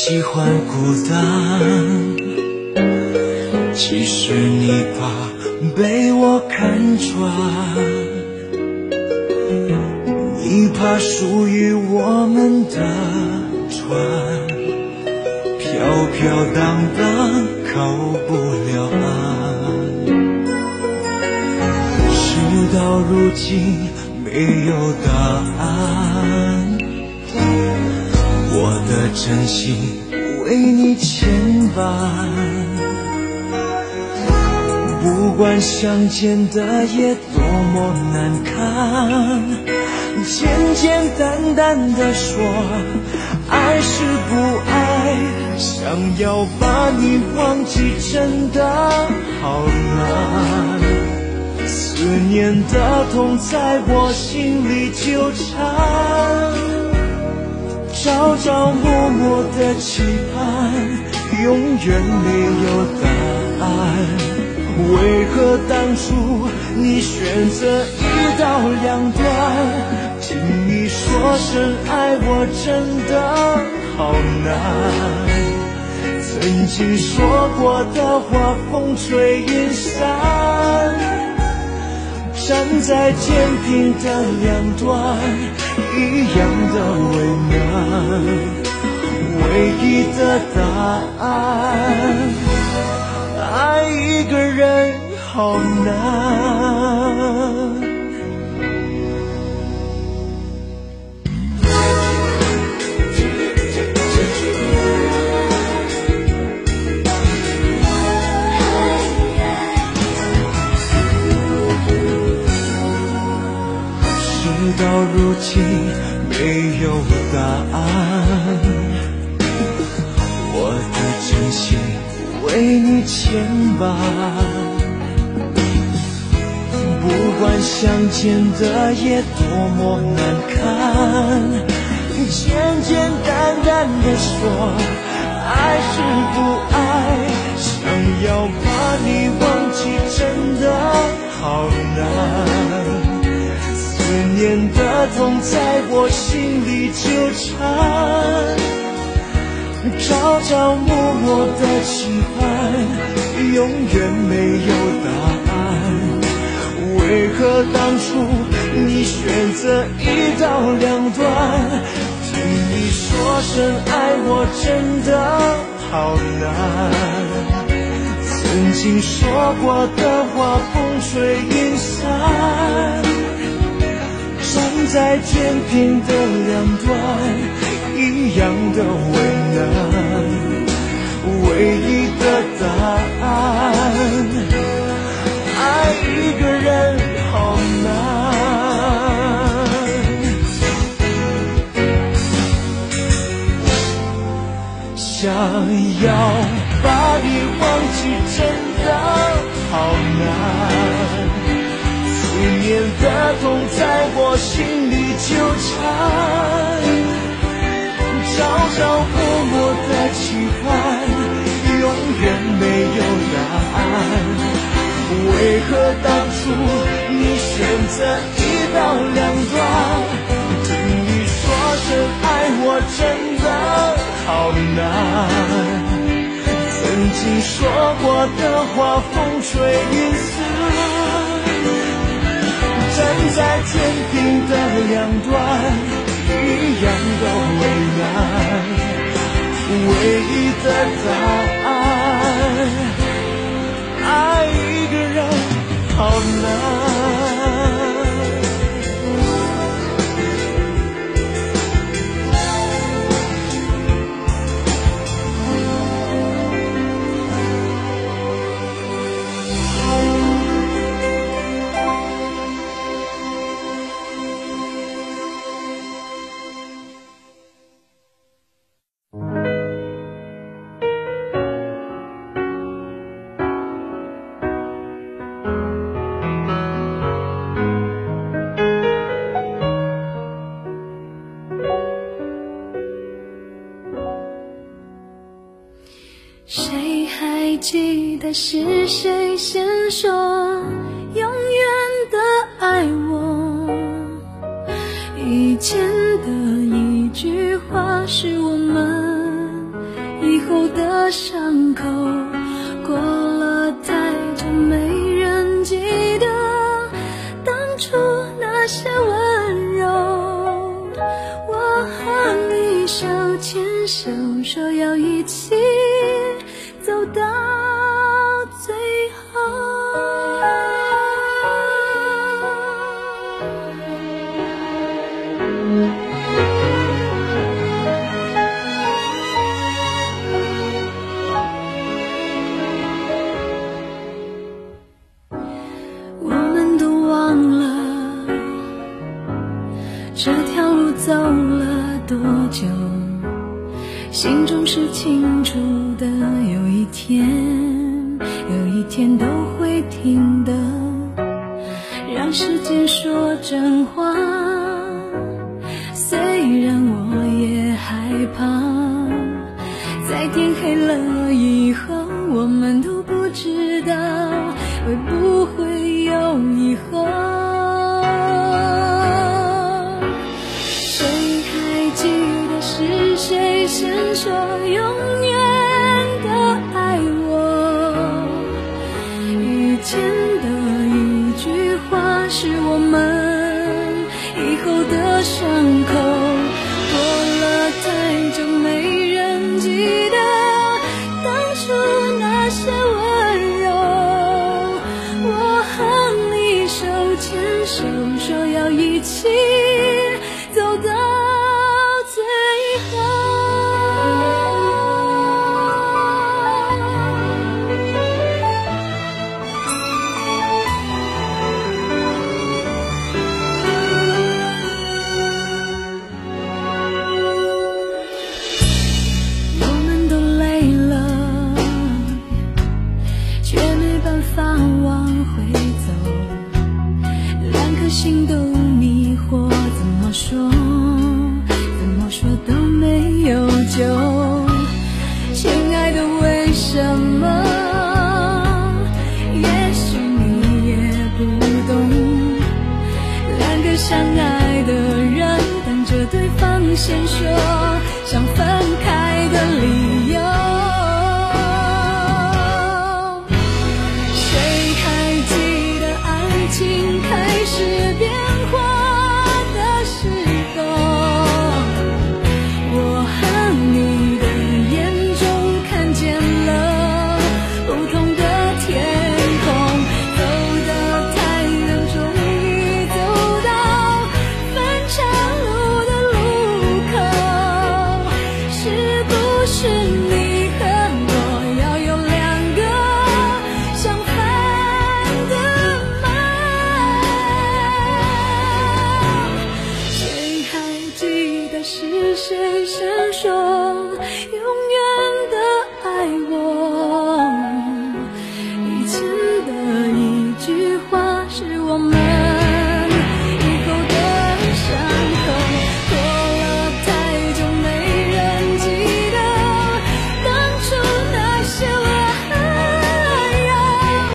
喜欢孤单，其实你怕被我看穿，你怕属于我们的船飘飘荡荡靠不了岸，事到如今没有答案，我的真心为你牵绊，不管相见的夜多么难堪，简简单单的说爱是不爱，想要把你忘记真的好难，思念的痛在我心里纠缠，朝朝暮暮的期盼永远没有答案，为何当初你选择一刀两断，听你说声爱我真的好难，曾经说过的话风吹云散，站在天平的两端一样的为难，唯一的答案，爱一个人好难。事到如今没有答案，我的真心为你牵绊，不管相见的夜多么难堪，简简单单的说爱是不爱，想要把你忘记真的好难，思念的痛在我心里纠缠，朝朝暮暮的期盼永远没有答案，为何当初你选择一刀两断，听你说声爱我真的好难，曾经说过的话风吹云散，站在天平的两端一样的为难，唯一的答案，爱一个人好难，想要把你忘记真的好难，思念的痛在我心里纠缠，朝朝暮暮的期盼永远没有答案，为何当初你选择一刀两断，听你说声爱我真的好难，曾经说过的话风吹云散，站在天平的两端一样的为难，唯一的答案，爱一个人好难。 谁还记得是谁先说永远的爱我？以前的一句话是我们后的伤口，过了太久没人记得当初那些温柔。我和你手牵手，说要一起走到最后。我们都忘了这条路走了多久，心中是清楚的，有一天都会停的。让时间说真话，虽然我也害怕，在天黑了以后，我们都不知道会不会有以后。谁还记得是谁先说永远的爱我？遇见的一句话是我们以后的伤口，过了太久没人记得当初那些温柔。我和你手牵手，说要一起走到最后。我们都累了，却没办法往回走，两颗心都迷惑，怎么说都没有救。亲爱的，为什么？也许你也不懂，两个相爱的人等着对方先说，想分